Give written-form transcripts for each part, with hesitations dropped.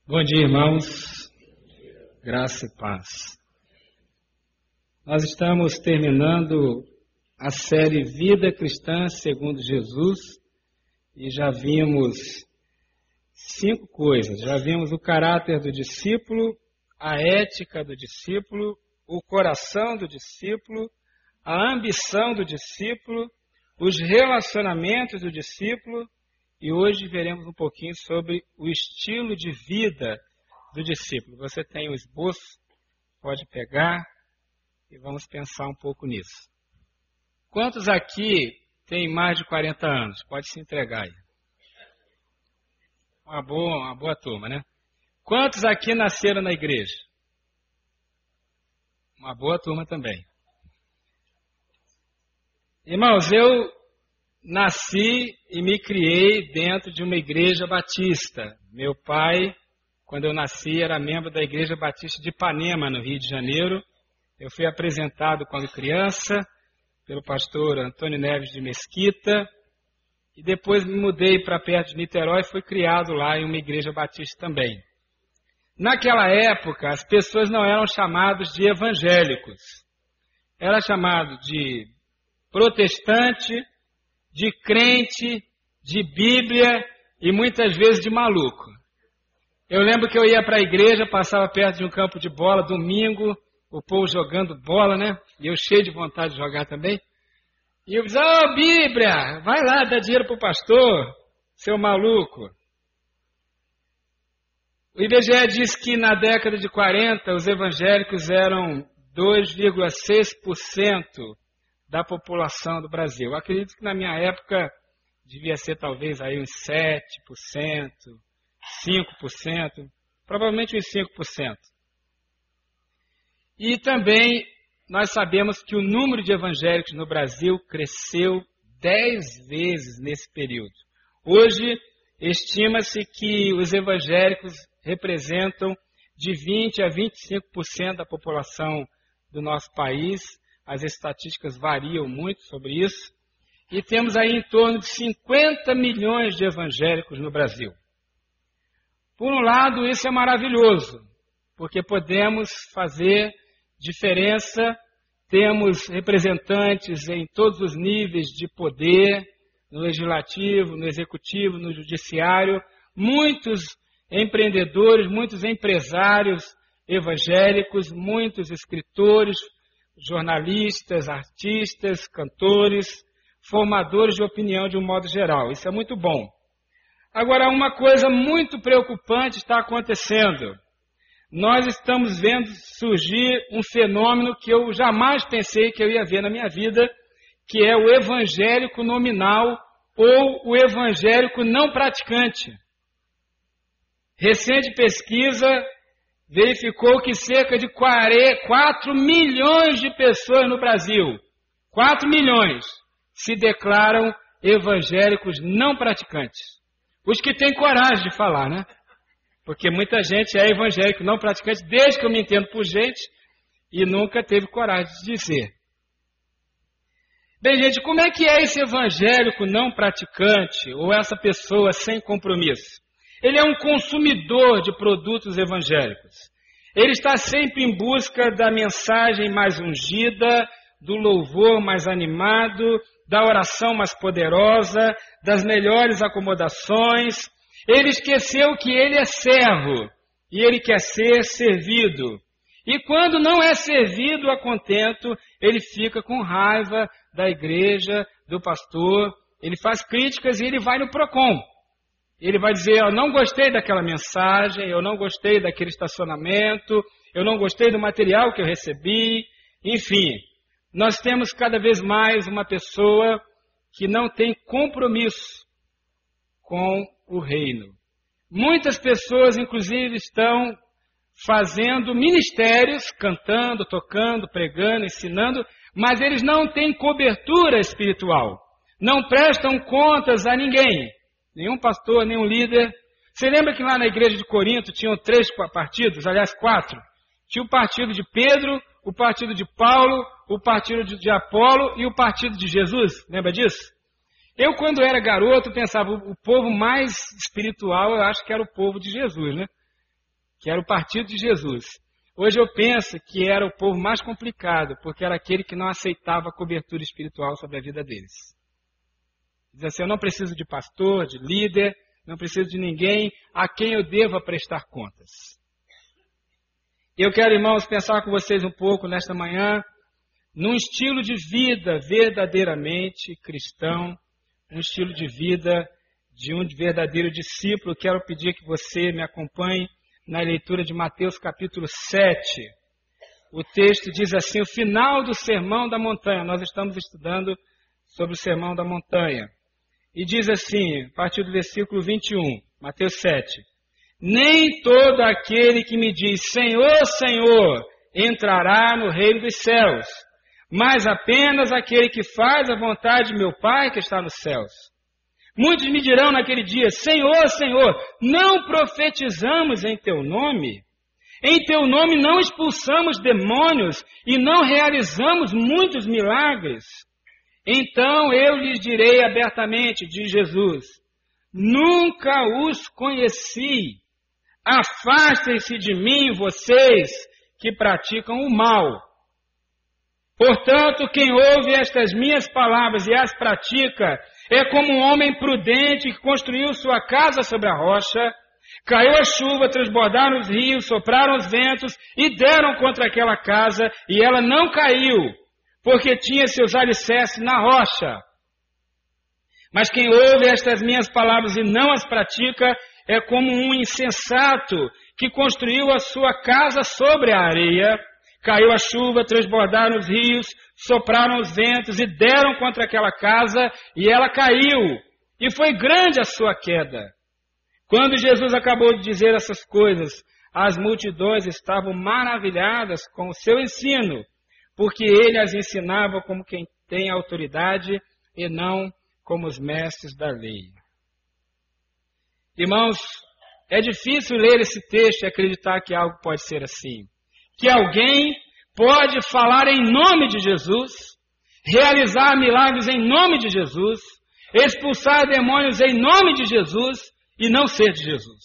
Bom dia, irmãos. Graça e paz. Nós estamos terminando a série Vida Cristã segundo Jesus e já vimos 5 coisas. Já vimos o caráter do discípulo, a ética do discípulo, o coração do discípulo, a ambição do discípulo, os relacionamentos do discípulo. E hoje veremos um pouquinho sobre o estilo de vida do discípulo. Você tem o esboço, pode pegar e vamos pensar um pouco nisso. Quantos aqui têm mais de 40 anos? Pode se entregar aí. Uma boa turma, né? Quantos aqui nasceram na igreja? Uma boa turma também. Irmãos, eu nasci e me criei dentro de uma igreja batista. Meu pai, quando eu nasci, era membro da Igreja Batista de Ipanema, no Rio de Janeiro. Eu fui apresentado quando criança pelo pastor Antônio Neves de Mesquita e depois me mudei para perto de Niterói e fui criado lá em uma igreja batista também. Naquela época, as pessoas não eram chamadas de evangélicos. Era chamado de protestante, de crente, de Bíblia e muitas vezes de maluco. Eu lembro que eu ia para a igreja, passava perto de um campo de bola, domingo, o povo jogando bola, né? E eu cheio de vontade de jogar também. E eu dizia, Bíblia, vai lá, dá dinheiro para o pastor, seu maluco. O IBGE diz que na década de 40 os evangélicos eram 2,6% da população do Brasil. Eu acredito que na minha época devia ser talvez aí uns 7%, 5%, provavelmente uns 5%. E também nós sabemos que o número de evangélicos no Brasil cresceu 10 vezes nesse período. Hoje, estima-se que os evangélicos representam de 20% a 25% da população do nosso país. As estatísticas variam muito sobre isso. E temos aí em torno de 50 milhões de evangélicos no Brasil. Por um lado, isso é maravilhoso, porque podemos fazer diferença, temos representantes em todos os níveis de poder, no legislativo, no executivo, no judiciário, muitos empreendedores, muitos empresários evangélicos, muitos escritores, jornalistas, artistas, cantores, formadores de opinião de um modo geral. Isso é muito bom. Agora, uma coisa muito preocupante está acontecendo. Nós estamos vendo surgir um fenômeno que eu jamais pensei que eu ia ver na minha vida, que é o evangélico nominal ou o evangélico não praticante. Recente pesquisa verificou que cerca de 4 milhões de pessoas no Brasil, 4 milhões, se declaram evangélicos não praticantes. Os que têm coragem de falar, né? Porque muita gente é evangélico não praticante, desde que eu me entendo por gente, e nunca teve coragem de dizer. Bem, gente, como é que é esse evangélico não praticante, ou essa pessoa sem compromisso? Ele é um consumidor de produtos evangélicos. Ele está sempre em busca da mensagem mais ungida, do louvor mais animado, da oração mais poderosa, das melhores acomodações. Ele esqueceu que ele é servo e ele quer ser servido. E quando não é servido a contento, ele fica com raiva da igreja, do pastor, ele faz críticas e ele vai no PROCON. Ele vai dizer, eu não gostei daquela mensagem, eu não gostei daquele estacionamento, eu não gostei do material que eu recebi. Enfim, nós temos cada vez mais uma pessoa que não tem compromisso com o reino. Muitas pessoas, inclusive, estão fazendo ministérios, cantando, tocando, pregando, ensinando, mas eles não têm cobertura espiritual. Não prestam contas a ninguém. Nenhum pastor, nenhum líder. Você lembra que lá na igreja de Corinto tinham 3 partidos, aliás 4? Tinha o partido de Pedro, o partido de Paulo, o partido de Apolo e o partido de Jesus. Lembra disso? Eu, quando era garoto, pensava, o povo mais espiritual, eu acho que era o povo de Jesus, né? que era o partido de Jesus. Hoje eu penso que era o povo mais complicado, porque era aquele que não aceitava a cobertura espiritual sobre a vida deles. Diz assim, eu não preciso de pastor, de líder, não preciso de ninguém a quem eu deva prestar contas. Eu quero, irmãos, pensar com vocês um pouco nesta manhã, num estilo de vida verdadeiramente cristão, um estilo de vida de um verdadeiro discípulo. Quero pedir que você me acompanhe na leitura de Mateus capítulo 7. O texto diz assim, o final do Sermão da Montanha. Nós estamos estudando sobre o Sermão da Montanha. E diz assim, a partir do versículo 21, Mateus 7. Nem todo aquele que me diz, Senhor, Senhor, entrará no reino dos céus, mas apenas aquele que faz a vontade de meu Pai que está nos céus. Muitos me dirão naquele dia, Senhor, Senhor, não profetizamos em Teu nome? Em Teu nome não expulsamos demônios e não realizamos muitos milagres? Então eu lhes direi abertamente, diz Jesus, nunca os conheci. Afastem-se de mim, vocês que praticam o mal. Portanto, quem ouve estas minhas palavras e as pratica, é como um homem prudente que construiu sua casa sobre a rocha, caiu a chuva, transbordaram os rios, sopraram os ventos e deram contra aquela casa, e ela não caiu, porque tinha seus alicerces na rocha. Mas quem ouve estas minhas palavras e não as pratica, é como um insensato que construiu a sua casa sobre a areia, caiu a chuva, transbordaram os rios, sopraram os ventos e deram contra aquela casa, e ela caiu, e foi grande a sua queda. Quando Jesus acabou de dizer essas coisas, as multidões estavam maravilhadas com o seu ensino, porque ele as ensinava como quem tem autoridade e não como os mestres da lei. Irmãos, é difícil ler esse texto e acreditar que algo pode ser assim. Que alguém pode falar em nome de Jesus, realizar milagres em nome de Jesus, expulsar demônios em nome de Jesus e não ser de Jesus.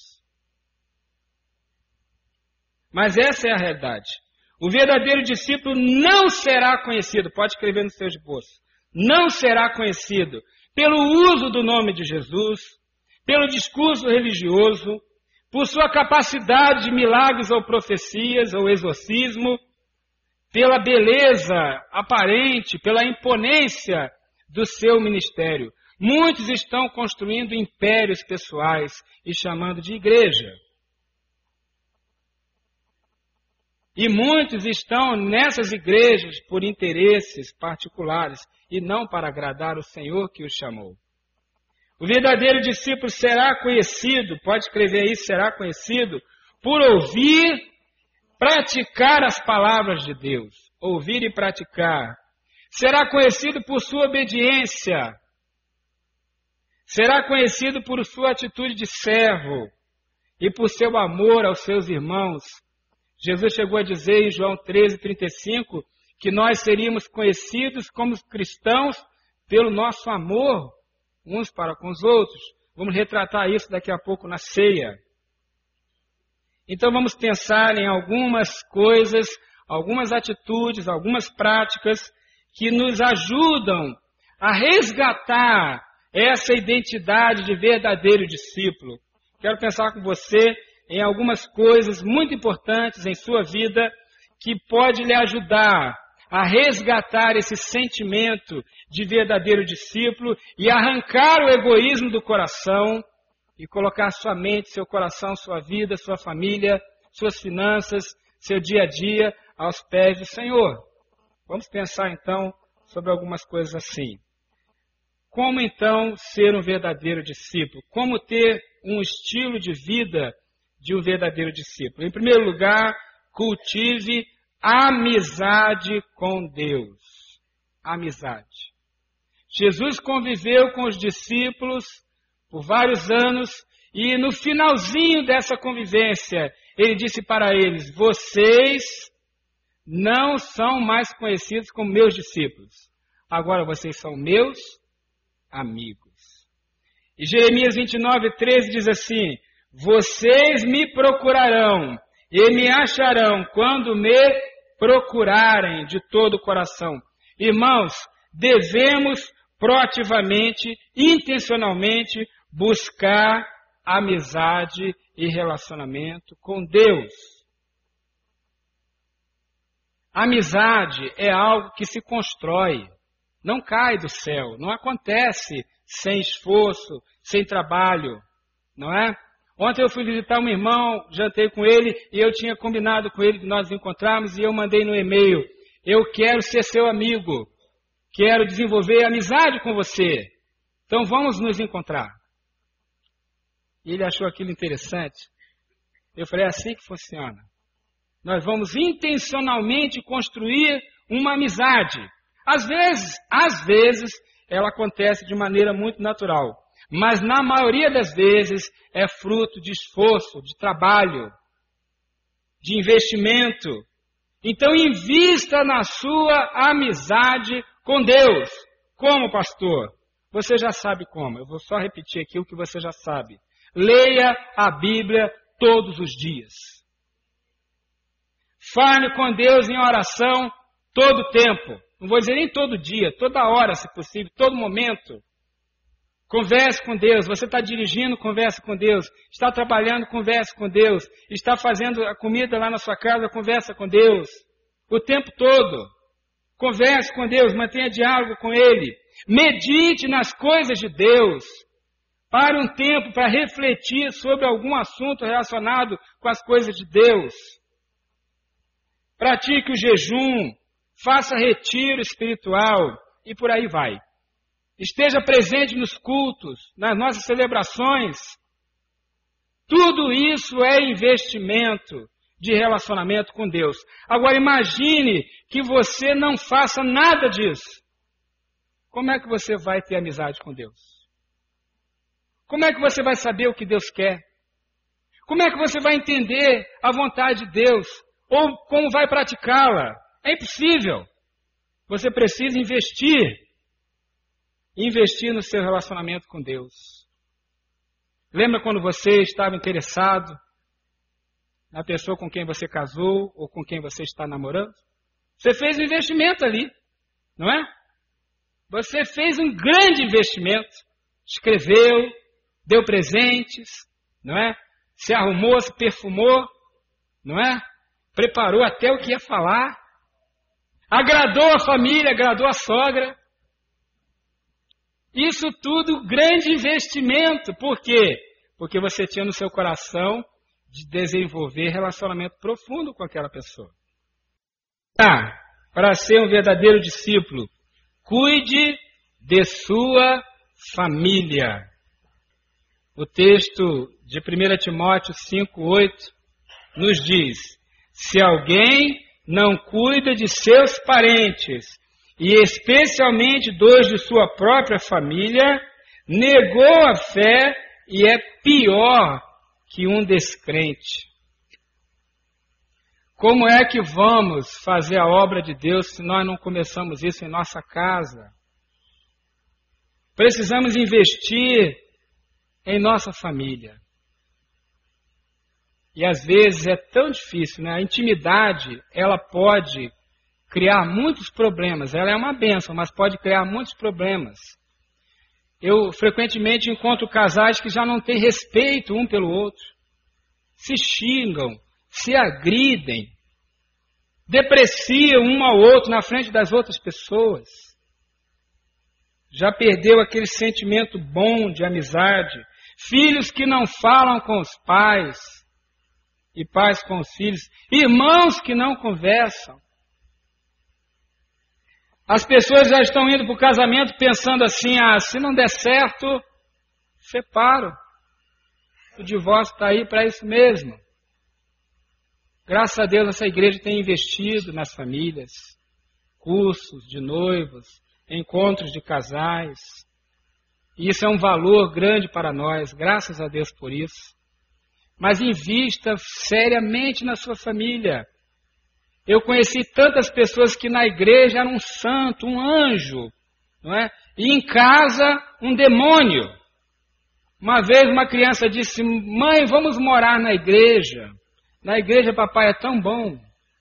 Mas essa é a realidade. O verdadeiro discípulo não será conhecido, pode escrever no seu esboço, não será conhecido pelo uso do nome de Jesus, pelo discurso religioso, por sua capacidade de milagres ou profecias ou exorcismo, pela beleza aparente, pela imponência do seu ministério. Muitos estão construindo impérios pessoais e chamando de igreja. E muitos estão nessas igrejas por interesses particulares e não para agradar o Senhor que os chamou. O verdadeiro discípulo será conhecido, pode escrever aí, será conhecido por ouvir, praticar as palavras de Deus. Ouvir e praticar. Será conhecido por sua obediência. Será conhecido por sua atitude de servo e por seu amor aos seus irmãos. Jesus chegou a dizer em João 13:35 que nós seríamos conhecidos como cristãos pelo nosso amor uns para com os outros. Vamos retratar isso daqui a pouco na ceia. Então vamos pensar em algumas coisas, algumas atitudes, algumas práticas que nos ajudam a resgatar essa identidade de verdadeiro discípulo. Quero pensar com você em algumas coisas muito importantes em sua vida que pode lhe ajudar a resgatar esse sentimento de verdadeiro discípulo e arrancar o egoísmo do coração e colocar sua mente, seu coração, sua vida, sua família, suas finanças, seu dia a dia aos pés do Senhor. Vamos pensar então sobre algumas coisas assim. Como então ser um verdadeiro discípulo? Como ter um estilo de vida de um verdadeiro discípulo? Em primeiro lugar, cultive amizade com Deus. Amizade. Jesus conviveu com os discípulos por vários anos e no finalzinho dessa convivência, ele disse para eles, vocês não são mais conhecidos como meus discípulos. Agora vocês são meus amigos. E Jeremias 29:13 diz assim, vocês me procurarão e me acharão quando me procurarem de todo o coração. Irmãos, devemos proativamente, intencionalmente, buscar amizade e relacionamento com Deus. Amizade é algo que se constrói, não cai do céu, não acontece sem esforço, sem trabalho, não é? Ontem eu fui visitar um irmão, jantei com ele e eu tinha combinado com ele de nós nos encontrarmos e eu mandei no e-mail: eu quero ser seu amigo, quero desenvolver amizade com você, então vamos nos encontrar. E ele achou aquilo interessante. Eu falei, é assim que funciona. Nós vamos intencionalmente construir uma amizade. Às vezes, ela acontece de maneira muito natural. Mas na maioria das vezes é fruto de esforço, de trabalho, de investimento. Então invista na sua amizade com Deus. Como, pastor? Você já sabe como. Eu vou só repetir aqui o que você já sabe. Leia a Bíblia todos os dias. Fale com Deus em oração todo o tempo. Não vou dizer nem todo dia, toda hora, se possível, todo momento. Converse com Deus. Você está dirigindo, converse com Deus. Está trabalhando, converse com Deus. Está fazendo a comida lá na sua casa, conversa com Deus. O tempo todo. Converse com Deus, mantenha diálogo com Ele. Medite nas coisas de Deus. Pare um tempo para refletir sobre algum assunto relacionado com as coisas de Deus. Pratique o jejum, faça retiro espiritual e por aí vai. Esteja presente nos cultos, nas nossas celebrações. Tudo isso é investimento de relacionamento com Deus. Agora imagine que você não faça nada disso. Como é que você vai ter amizade com Deus? Como é que você vai saber o que Deus quer? Como é que você vai entender a vontade de Deus? Ou como vai praticá-la? É impossível. Você precisa investir no seu relacionamento com Deus. Lembra quando você estava interessado na pessoa com quem você casou ou com quem você está namorando? Você fez um investimento ali, não é? Você fez um grande investimento. Escreveu, deu presentes, não é? Se arrumou, se perfumou, não é? Preparou até o que ia falar. Agradou a família, agradou a sogra. Isso tudo grande investimento. Por quê? Porque você tinha no seu coração de desenvolver relacionamento profundo com aquela pessoa. Para ser um verdadeiro discípulo, cuide de sua família. O texto de 1 Timóteo 5,8 nos diz: se alguém não cuida de seus parentes, e especialmente dos de sua própria família, negou a fé e é pior que um descrente. Como é que vamos fazer a obra de Deus se nós não começamos isso em nossa casa? Precisamos investir em nossa família. E às vezes é tão difícil, né? A intimidade, ela pode criar muitos problemas. Ela é uma bênção, mas pode criar muitos problemas. Eu frequentemente encontro casais que já não têm respeito um pelo outro. Se xingam, se agridem, depreciam um ao outro na frente das outras pessoas. Já perdeu aquele sentimento bom de amizade. Filhos que não falam com os pais e pais com os filhos. Irmãos que não conversam. As pessoas já estão indo para o casamento pensando assim, se não der certo, separo. O divórcio está aí para isso mesmo. Graças a Deus essa igreja tem investido nas famílias, cursos de noivos, encontros de casais. E isso é um valor grande para nós, graças a Deus por isso. Mas invista seriamente na sua família. Eu conheci tantas pessoas que na igreja eram um santo, um anjo, não é? E em casa um demônio. Uma vez uma criança disse: mãe, vamos morar na igreja. Na igreja, papai é tão bom.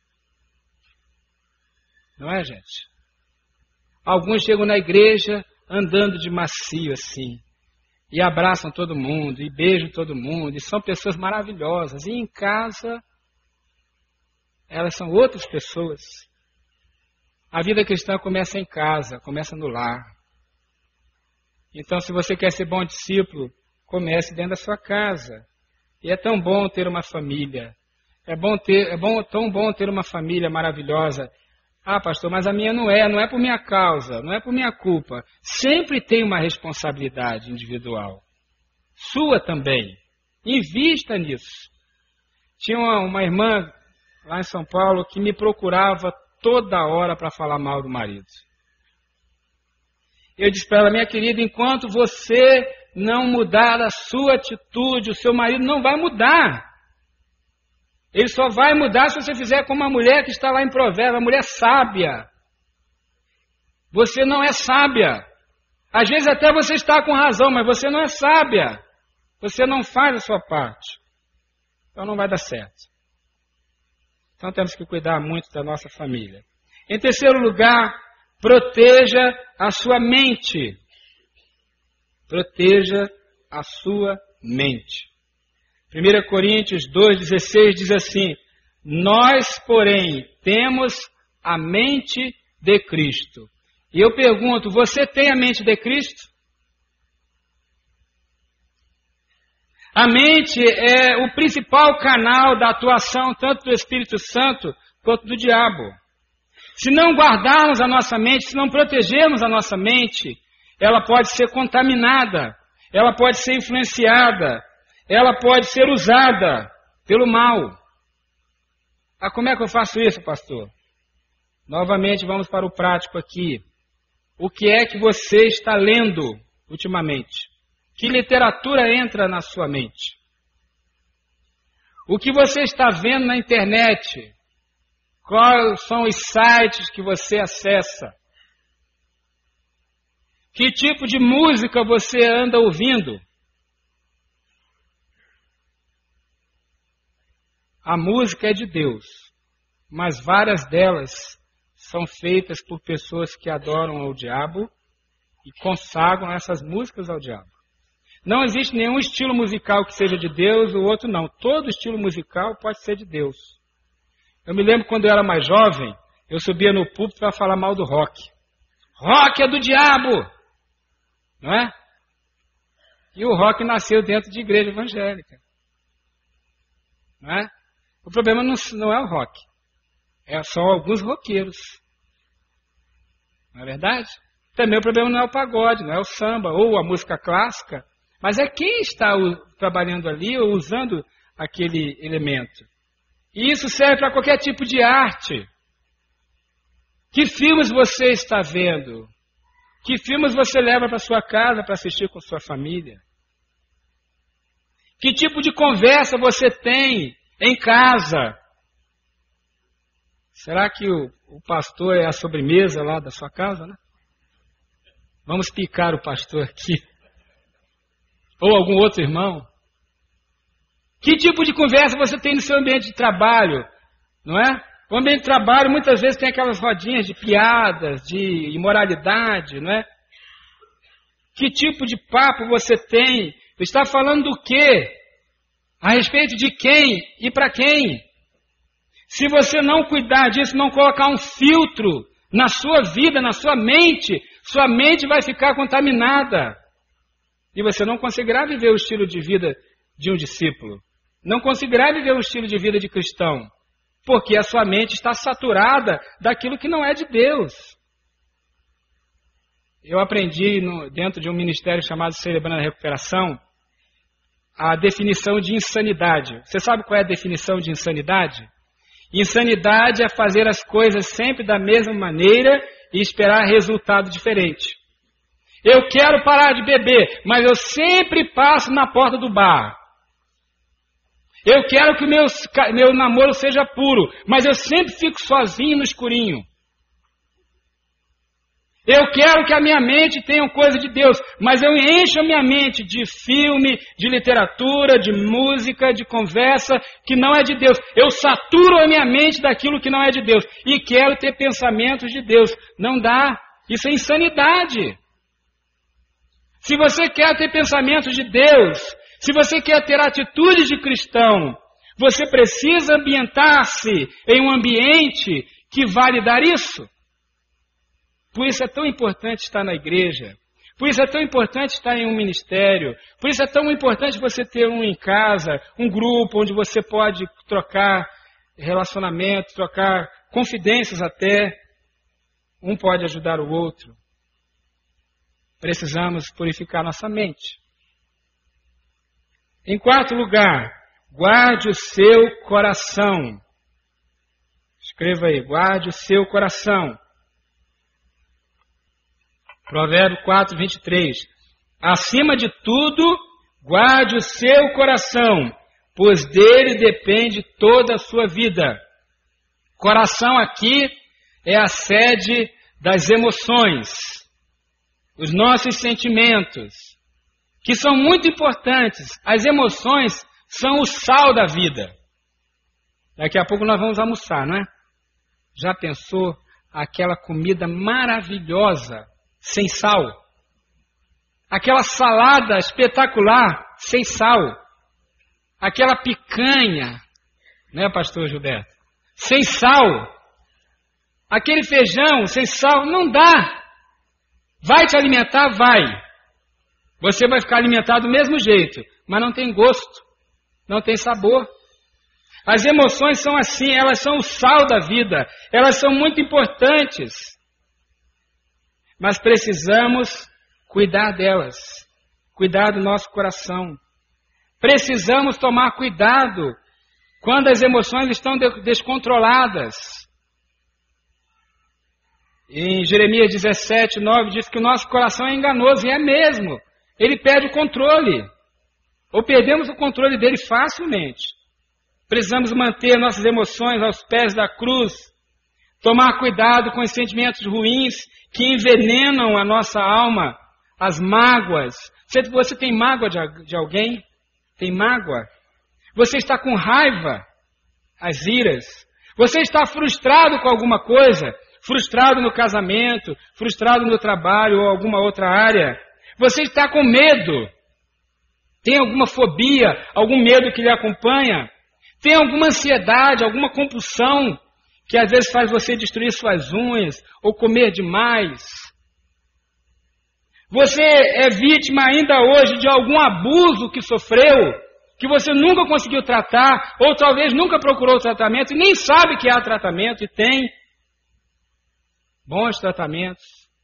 Não é, gente? Alguns chegam na igreja andando de macio assim, e abraçam todo mundo, e beijam todo mundo, e são pessoas maravilhosas. E em casa, elas são outras pessoas. A vida cristã começa em casa, começa no lar. Então, se você quer ser bom discípulo, comece dentro da sua casa. E é tão bom ter uma família. Tão bom ter uma família maravilhosa. Ah, pastor, mas a minha não é por minha causa, não é por minha culpa. Sempre tem uma responsabilidade individual. Sua também. Invista nisso. Tinha uma irmã lá em São Paulo que me procurava toda hora para falar mal do marido. Eu disse para ela, minha querida, enquanto você não mudar a sua atitude, o seu marido não vai mudar. Ele só vai mudar se você fizer como a mulher que está lá em Provérbios, a mulher sábia. Você não é sábia. Às vezes até você está com razão, mas você não é sábia. Você não faz a sua parte. Então não vai dar certo. Então temos que cuidar muito da nossa família. Em terceiro lugar, proteja a sua mente. Proteja a sua mente. 1 Coríntios 2,16 diz assim, nós, porém, temos a mente de Cristo. E eu pergunto, você tem a mente de Cristo? A mente é o principal canal da atuação tanto do Espírito Santo quanto do diabo. Se não guardarmos a nossa mente, se não protegermos a nossa mente, ela pode ser contaminada, ela pode ser influenciada, ela pode ser usada pelo mal. Ah, como é que eu faço isso, pastor? Novamente vamos para o prático aqui. O que é que você está lendo ultimamente? Que literatura entra na sua mente? O que você está vendo na internet? Quais são os sites que você acessa? Que tipo de música você anda ouvindo? A música é de Deus, mas várias delas são feitas por pessoas que adoram ao diabo e consagram essas músicas ao diabo. Não existe nenhum estilo musical que seja de Deus, o outro não. Todo estilo musical pode ser de Deus. Eu me lembro quando eu era mais jovem, eu subia no púlpito para falar mal do rock. Rock é do diabo! Não é? E o rock nasceu dentro de igreja evangélica. Não é? O problema não é o rock. São alguns roqueiros. Não é verdade? Também o problema não é o pagode, não é o samba ou a música clássica. Mas é quem está trabalhando ali ou usando aquele elemento. E isso serve para qualquer tipo de arte. Que filmes você está vendo? Que filmes você leva para sua casa para assistir com sua família? Que tipo de conversa você tem em casa? Será que o pastor é a sobremesa lá da sua casa, né? Vamos picar o pastor aqui. Ou algum outro irmão. Que tipo de conversa você tem no seu ambiente de trabalho? Não é? O ambiente de trabalho muitas vezes tem aquelas rodinhas de piadas, de imoralidade, não é? Que tipo de papo você tem? Está falando do quê? A respeito de quem e para quem? Se você não cuidar disso, não colocar um filtro na sua vida, na sua mente vai ficar contaminada. E você não conseguirá viver o estilo de vida de um discípulo. Não conseguirá viver o estilo de vida de cristão. Porque a sua mente está saturada daquilo que não é de Deus. Eu aprendi dentro de um ministério chamado Celebrando a Recuperação a definição de insanidade. Você sabe qual é a definição de insanidade? Insanidade é fazer as coisas sempre da mesma maneira e esperar resultado diferente. Eu quero parar de beber, mas eu sempre passo na porta do bar. Eu quero que o meu namoro seja puro, mas eu sempre fico sozinho no escurinho. Eu quero que a minha mente tenha coisa de Deus, mas eu encho a minha mente de filme, de literatura, de música, de conversa que não é de Deus. Eu saturo a minha mente daquilo que não é de Deus e quero ter pensamentos de Deus. Não dá. Isso é insanidade. Se você quer ter pensamentos de Deus, se você quer ter atitudes de cristão, você precisa ambientar-se em um ambiente que vai lhe dar isso. Por isso é tão importante estar na igreja. Por isso é tão importante estar em um ministério. Por isso é tão importante você ter em casa, um grupo onde você pode trocar relacionamento, trocar confidências até. Um pode ajudar o outro. Precisamos purificar nossa mente. Em quarto lugar, guarde o seu coração. Escreva aí, guarde o seu coração. Provérbio 4, 23. Acima de tudo, guarde o seu coração, pois dele depende toda a sua vida. Coração aqui é a sede das emoções, os nossos sentimentos, que são muito importantes. As emoções são o sal da vida. Daqui a pouco nós vamos almoçar, não é? Já pensou aquela comida maravilhosa, sem sal? Aquela salada espetacular, sem sal? Aquela picanha, né, pastor Gilberto? Sem sal? Aquele feijão sem sal? Não dá. Vai te alimentar? Vai. Você vai ficar alimentado do mesmo jeito, mas não tem gosto, não tem sabor. As emoções são assim, elas são o sal da vida, elas são muito importantes. Mas precisamos cuidar delas, cuidar do nosso coração. Precisamos tomar cuidado quando as emoções estão descontroladas. Em Jeremias 17, 9, diz que o nosso coração é enganoso, e é mesmo. Ele perde o controle, ou perdemos o controle dele facilmente. Precisamos manter nossas emoções aos pés da cruz, tomar cuidado com os sentimentos ruins que envenenam a nossa alma, as mágoas. Você tem mágoa de alguém? Tem mágoa? Você está com raiva? As iras? Você está frustrado com alguma coisa? Frustrado no casamento, frustrado no trabalho ou alguma outra área? Você está com medo? Tem alguma fobia, algum medo que lhe acompanha? Tem alguma ansiedade, alguma compulsão que às vezes faz você destruir suas unhas ou comer demais? Você é vítima ainda hoje de algum abuso que sofreu, que você nunca conseguiu tratar, ou talvez nunca procurou tratamento e nem sabe que há tratamento, e tem bons tratamentos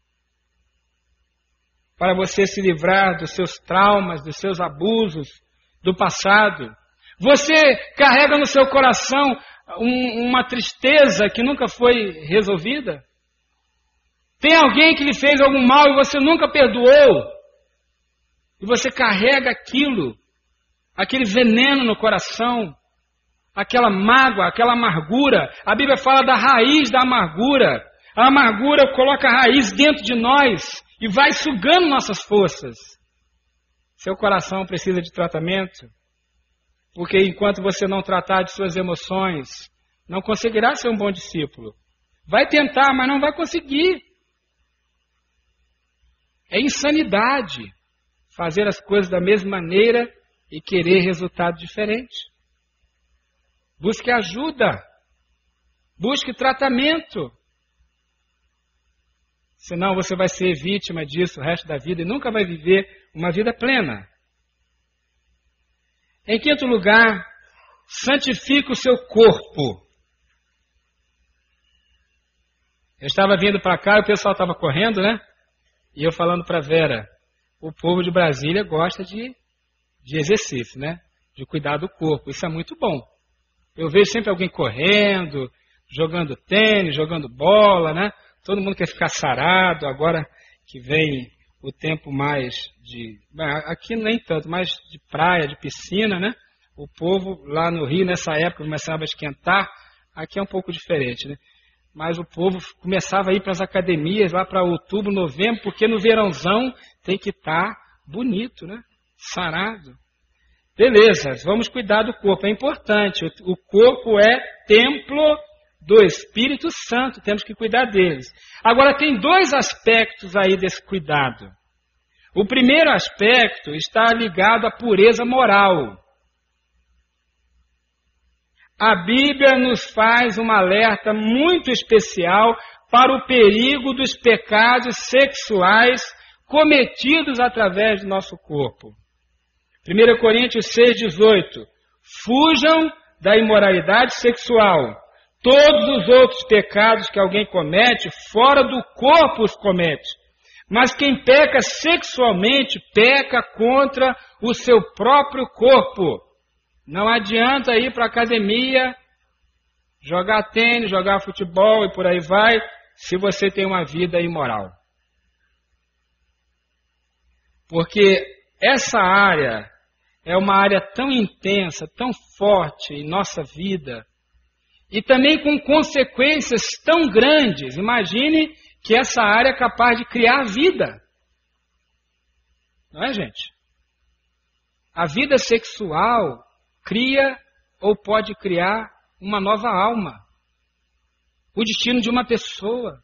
para você se livrar dos seus traumas, dos seus abusos do passado. Você carrega no seu coração uma tristeza que nunca foi resolvida? Tem alguém que lhe fez algum mal e você nunca perdoou? E você carrega aquilo, aquele veneno no coração, aquela mágoa, aquela amargura. A Bíblia fala da raiz da amargura. A amargura coloca a raiz dentro de nós e vai sugando nossas forças. Seu coração precisa de tratamento, porque enquanto você não tratar de suas emoções, não conseguirá ser um bom discípulo. Vai tentar, mas não vai conseguir. É insanidade fazer as coisas da mesma maneira e querer resultado diferente. Busque ajuda. Busque tratamento. Senão você vai ser vítima disso o resto da vida e nunca vai viver uma vida plena. Em quinto lugar, santifique o seu corpo. Eu estava vindo para cá e o pessoal estava correndo, né? E eu falando para Vera, o povo de Brasília gosta de exercício, né? De cuidar do corpo. Isso é muito bom. Eu vejo sempre alguém correndo, jogando tênis, jogando bola, né? Todo mundo quer ficar sarado, agora que vem o tempo mais de... Aqui nem tanto, mais de praia, de piscina, né? O povo lá no Rio, nessa época, começava a esquentar. Aqui é um pouco diferente, né? mas o povo começava a ir para as academias lá para outubro, novembro, porque no verãozão tem que estar bonito, né? Sarado. Beleza, vamos cuidar do corpo, é importante. O corpo é templo do Espírito Santo, temos que cuidar deles. Agora tem dois aspectos aí desse cuidado. O primeiro aspecto está ligado à pureza moral. A Bíblia nos faz um alerta muito especial para o perigo dos pecados sexuais cometidos através do nosso corpo. 1 Coríntios 6,18. Fujam da imoralidade sexual. Todos os outros pecados que alguém comete, fora do corpo os comete. Mas quem peca sexualmente, peca contra o seu próprio corpo. Não adianta ir para a academia, jogar tênis, jogar futebol e por aí vai, se você tem uma vida imoral. Porque essa área é uma área tão intensa, tão forte em nossa vida, e também com consequências tão grandes. Imagine que essa área é capaz de criar vida. Não é, gente? A vida sexual cria ou pode criar uma nova alma. O destino de uma pessoa.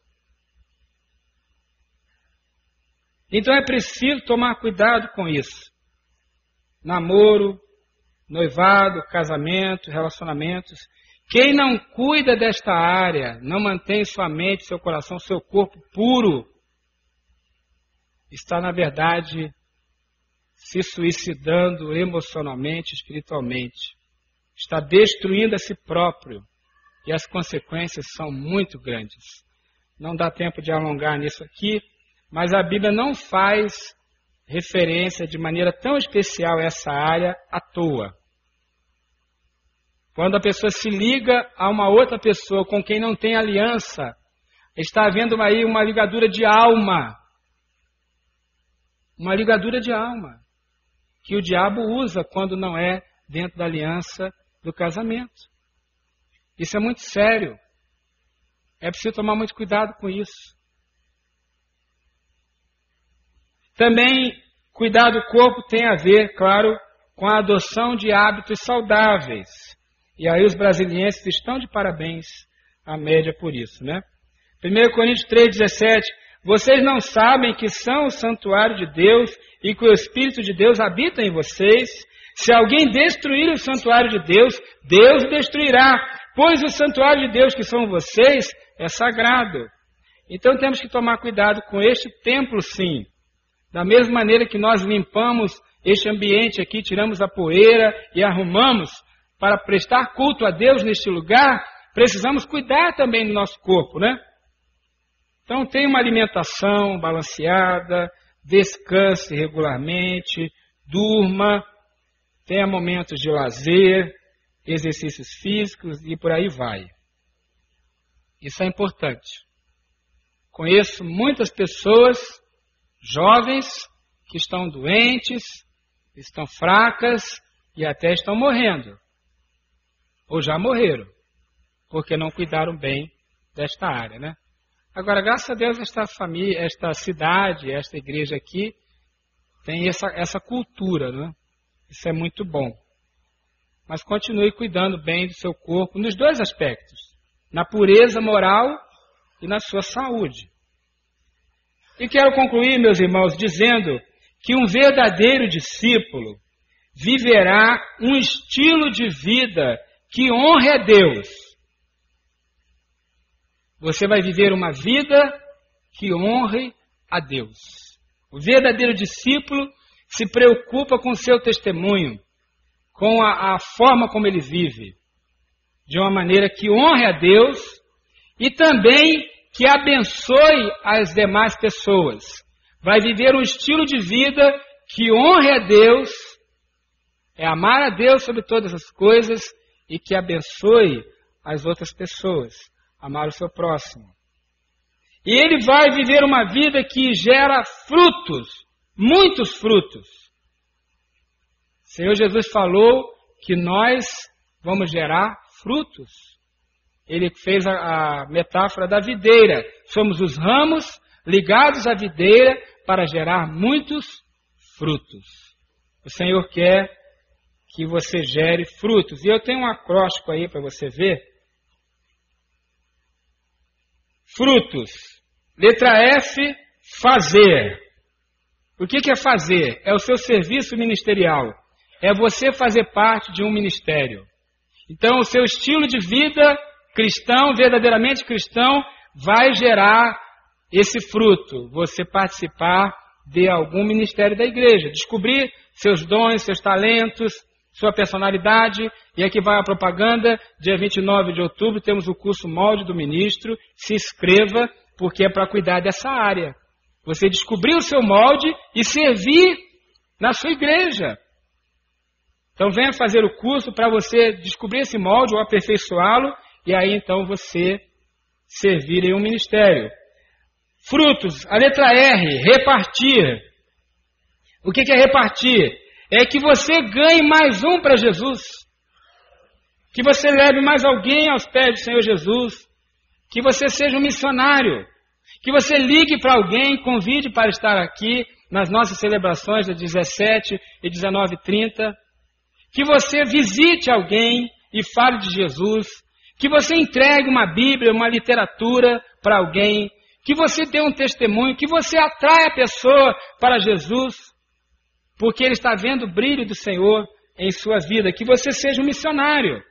Então é preciso tomar cuidado com isso. Namoro, noivado, casamento, relacionamentos. Quem não cuida desta área, não mantém sua mente, seu coração, seu corpo puro, está, na verdade, se suicidando emocionalmente, espiritualmente. Está destruindo a si próprio. E as consequências são muito grandes. Não dá tempo de alongar nisso aqui, mas a Bíblia não faz referência de maneira tão especial a essa área à toa. Quando a pessoa se liga a uma outra pessoa com quem não tem aliança, está havendo aí uma ligadura de alma. Uma ligadura de alma. Que o diabo usa quando não é dentro da aliança do casamento. Isso é muito sério. É preciso tomar muito cuidado com isso. Também, cuidar do corpo tem a ver, claro, com a adoção de hábitos saudáveis. E aí os brasilienses estão de parabéns à média por isso, né? 1 Coríntios 3,17. Vocês não sabem que são o santuário de Deus e que o Espírito de Deus habita em vocês? Se alguém destruir o santuário de Deus, Deus o destruirá, pois o santuário de Deus que são vocês é sagrado. Então temos que tomar cuidado com este templo, sim. Da mesma maneira que nós limpamos este ambiente aqui, tiramos a poeira e arrumamos para prestar culto a Deus neste lugar, precisamos cuidar também do nosso corpo, né? Então tenha uma alimentação balanceada, descanse regularmente, durma, tenha momentos de lazer, exercícios físicos e por aí vai. Isso é importante. Conheço muitas pessoas jovens que estão doentes, estão fracas e até estão morrendo. Ou já morreram, porque não cuidaram bem desta área, né? Agora, graças a Deus, esta família, esta cidade, esta igreja aqui, tem essa cultura, né? Isso é muito bom. Mas continue cuidando bem do seu corpo nos dois aspectos, na pureza moral e na sua saúde. E quero concluir, meus irmãos, dizendo que um verdadeiro discípulo viverá um estilo de vida que honre a Deus. Você vai viver uma vida que honre a Deus. O verdadeiro discípulo se preocupa com o seu testemunho, com a forma como ele vive, de uma maneira que honre a Deus e também que abençoe as demais pessoas. Vai viver um estilo de vida que honre a Deus, é amar a Deus sobre todas as coisas e que abençoe as outras pessoas, amar o seu próximo. E ele vai viver uma vida que gera frutos, muitos frutos. O Senhor Jesus falou que nós vamos gerar frutos. ele fez a metáfora da videira. Somos os ramos ligados à videira para gerar muitos frutos. O Senhor quer que você gere frutos. E eu tenho um acróstico aí para você ver. Frutos. Letra F, fazer. O que é fazer? É o seu serviço ministerial. É você fazer parte de um ministério. Então, o seu estilo de vida cristão, verdadeiramente cristão, vai gerar esse fruto. Você participar de algum ministério da igreja. Descobrir seus dons, seus talentos, sua personalidade. E aqui vai a propaganda. Dia 29 de outubro temos o curso Molde do Ministro. Se inscreva, porque é para cuidar dessa área. Você descobrir o seu molde e servir na sua igreja. Então venha fazer o curso para você descobrir esse molde ou aperfeiçoá-lo. E aí então você servir em um ministério. Frutos, a letra R, repartir. O que é repartir? É que você ganhe mais um para Jesus. Que você leve mais alguém aos pés do Senhor Jesus. Que você seja um missionário. Que você ligue para alguém, convide para estar aqui nas nossas celebrações das 17 e 19h30. Que você visite alguém e fale de Jesus. Que você entregue uma Bíblia, uma literatura para alguém. Que você dê um testemunho. Que você atraia a pessoa para Jesus. Porque ele está vendo o brilho do Senhor em sua vida. Que você seja um missionário.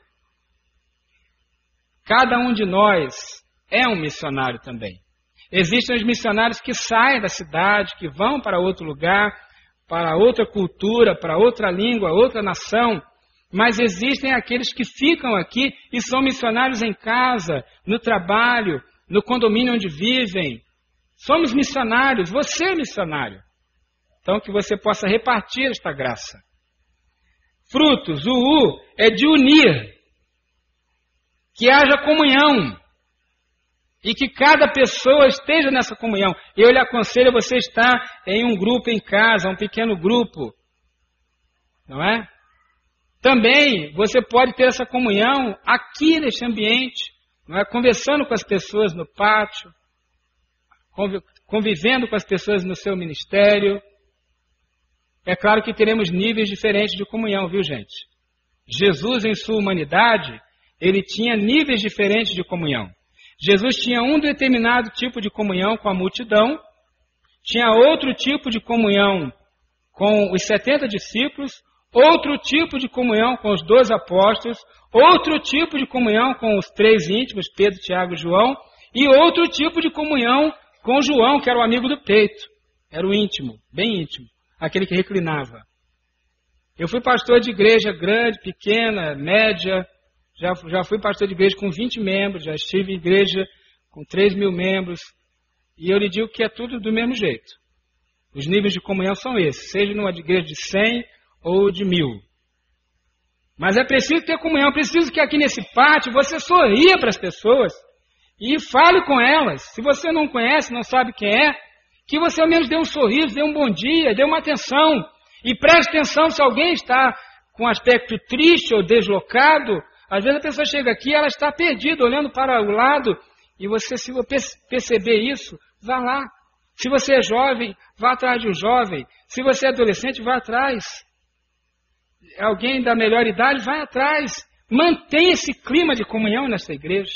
Cada um de nós é um missionário também. Existem os missionários que saem da cidade, que vão para outro lugar, para outra cultura, para outra língua, outra nação. Mas existem aqueles que ficam aqui e são missionários em casa, no trabalho, no condomínio onde vivem. Somos missionários, você é missionário. Então que você possa repartir esta graça. Frutos, o U é de unir. Que haja comunhão. E que cada pessoa esteja nessa comunhão. Eu lhe aconselho a você estar em um grupo em casa, um pequeno grupo. Não é? Também você pode ter essa comunhão aqui neste ambiente, não é? Conversando com as pessoas no pátio, convivendo com as pessoas no seu ministério. É claro que teremos níveis diferentes de comunhão, viu gente? Jesus em sua humanidade, ele tinha níveis diferentes de comunhão. Jesus tinha um determinado tipo de comunhão com a multidão, tinha outro tipo de comunhão com os 70 discípulos, outro tipo de comunhão com os 12 apóstolos, outro tipo de comunhão com os 3 íntimos, Pedro, Tiago e João, e outro tipo de comunhão com João, que era o amigo do peito, era o íntimo, bem íntimo, aquele que reclinava. Eu fui pastor de igreja grande, pequena, média, já fui pastor de igreja com 20 membros, já estive em igreja com 3.000 membros, e eu lhe digo que é tudo do mesmo jeito. Os níveis de comunhão são esses, seja numa igreja de 100 ou de 1.000. Mas é preciso ter comunhão, é preciso que aqui nesse pátio você sorria para as pessoas e fale com elas. Se você não conhece, não sabe quem é, que você ao menos dê um sorriso, dê um bom dia, dê uma atenção. E preste atenção se alguém está com aspecto triste ou deslocado. Às vezes a pessoa chega aqui e ela está perdida, olhando para o lado, e você, se você perceber isso, vá lá. Se você é jovem, vá atrás de um jovem. Se você é adolescente, vá atrás. Alguém da melhor idade, vai atrás. Mantenha esse clima de comunhão nessa igreja.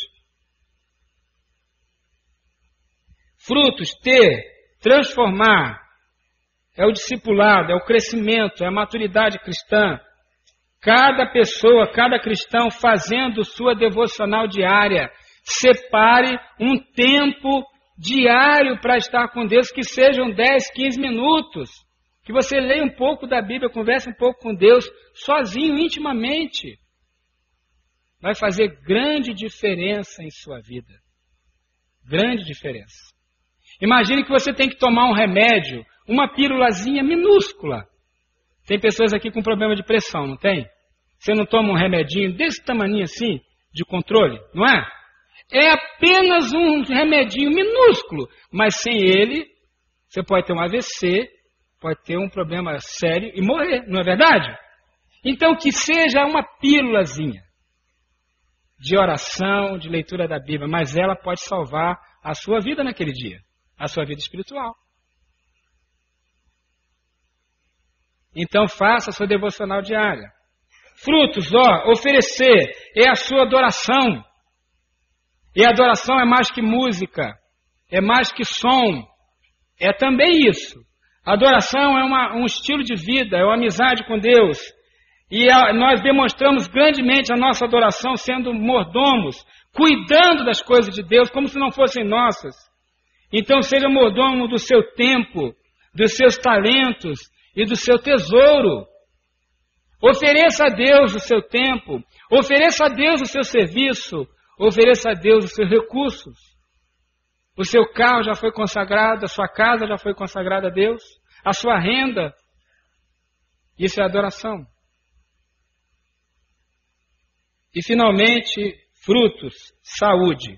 Frutos, ter, transformar. É o discipulado, é o crescimento, é a maturidade cristã. Cada pessoa, cada cristão fazendo sua devocional diária. Separe um tempo diário para estar com Deus, que sejam 10, 15 minutos. Que você leia um pouco da Bíblia, converse um pouco com Deus, sozinho, intimamente. Vai fazer grande diferença em sua vida. Grande diferença. Imagine que você tem que tomar um remédio, uma pílulazinha minúscula. Tem pessoas aqui com problema de pressão, não tem? Você não toma um remedinho desse tamaninho assim, de controle, não é? É apenas um remedinho minúsculo, mas sem ele, você pode ter um AVC, pode ter um problema sério e morrer, não é verdade? Então que seja uma pílulazinha. de oração, de leitura da Bíblia, mas ela pode salvar a sua vida naquele dia, a sua vida espiritual. Então faça a sua devocional diária. Frutos, oferecer é a sua adoração. E a adoração é mais que música, é mais que som, é também isso. A adoração é um estilo de vida, é uma amizade com Deus. E nós demonstramos grandemente a nossa adoração sendo mordomos, cuidando das coisas de Deus como se não fossem nossas. Então seja mordomo do seu tempo, dos seus talentos e do seu tesouro. Ofereça a Deus o seu tempo, ofereça a Deus o seu serviço, ofereça a Deus os seus recursos. O seu carro já foi consagrado, a sua casa já foi consagrada a Deus, a sua renda. Isso é adoração. E finalmente, frutos, saúde.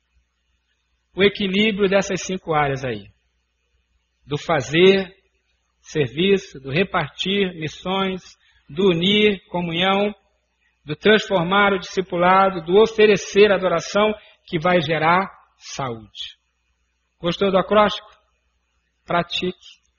O equilíbrio dessas 5 áreas aí. Do fazer, serviço, do repartir, missões, do unir, comunhão, do transformar o discipulado, do oferecer adoração, que vai gerar saúde. Gostou do acróstico? Pratique.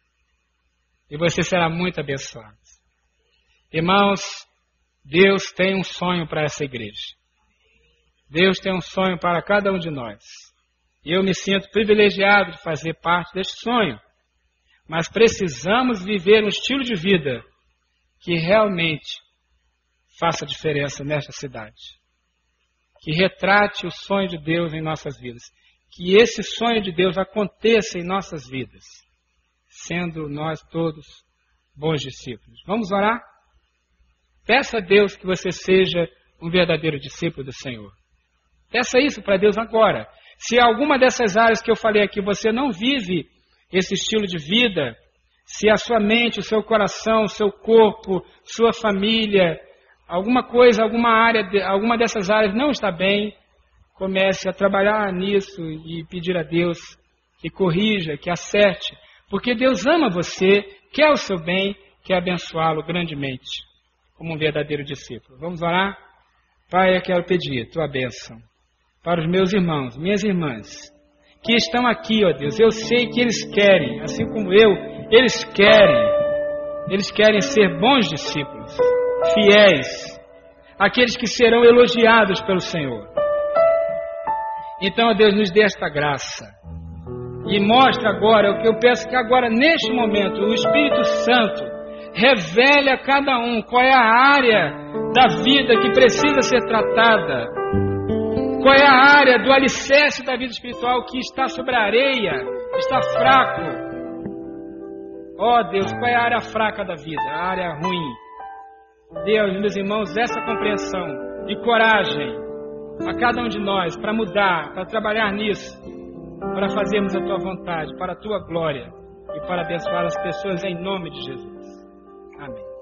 E você será muito abençoado. Irmãos, Deus tem um sonho para essa igreja. Deus tem um sonho para cada um de nós. E eu me sinto privilegiado de fazer parte deste sonho. Mas precisamos viver um estilo de vida que realmente faça diferença nesta cidade. Que retrate o sonho de Deus em nossas vidas. Que esse sonho de Deus aconteça em nossas vidas, sendo nós todos bons discípulos. Vamos orar? Peça a Deus que você seja um verdadeiro discípulo do Senhor. Peça isso para Deus agora. Se alguma dessas áreas que eu falei aqui você não vive esse estilo de vida, se a sua mente, o seu coração, o seu corpo, sua família, alguma coisa, alguma dessas áreas não está bem, comece a trabalhar nisso e pedir a Deus que corrija, que acerte, porque Deus ama você, quer o seu bem, quer abençoá-lo grandemente, como um verdadeiro discípulo. Vamos orar? Pai, eu quero pedir tua bênção para os meus irmãos, minhas irmãs, que estão aqui, ó Deus. Eu sei que eles querem, assim como eu, eles querem ser bons discípulos, fiéis, aqueles que serão elogiados pelo Senhor. Então, ó Deus, nos dê esta graça e mostra agora, o que eu peço que agora, neste momento, o Espírito Santo revele a cada um qual é a área da vida que precisa ser tratada, qual é a área do alicerce da vida espiritual que está sobre a areia, está fraco. Ó Deus, qual é a área fraca da vida, a área ruim? Deus, meus irmãos, essa compreensão e coragem a cada um de nós para mudar, para trabalhar nisso, para fazermos a tua vontade, para a tua glória e para abençoar as pessoas em nome de Jesus. Amém.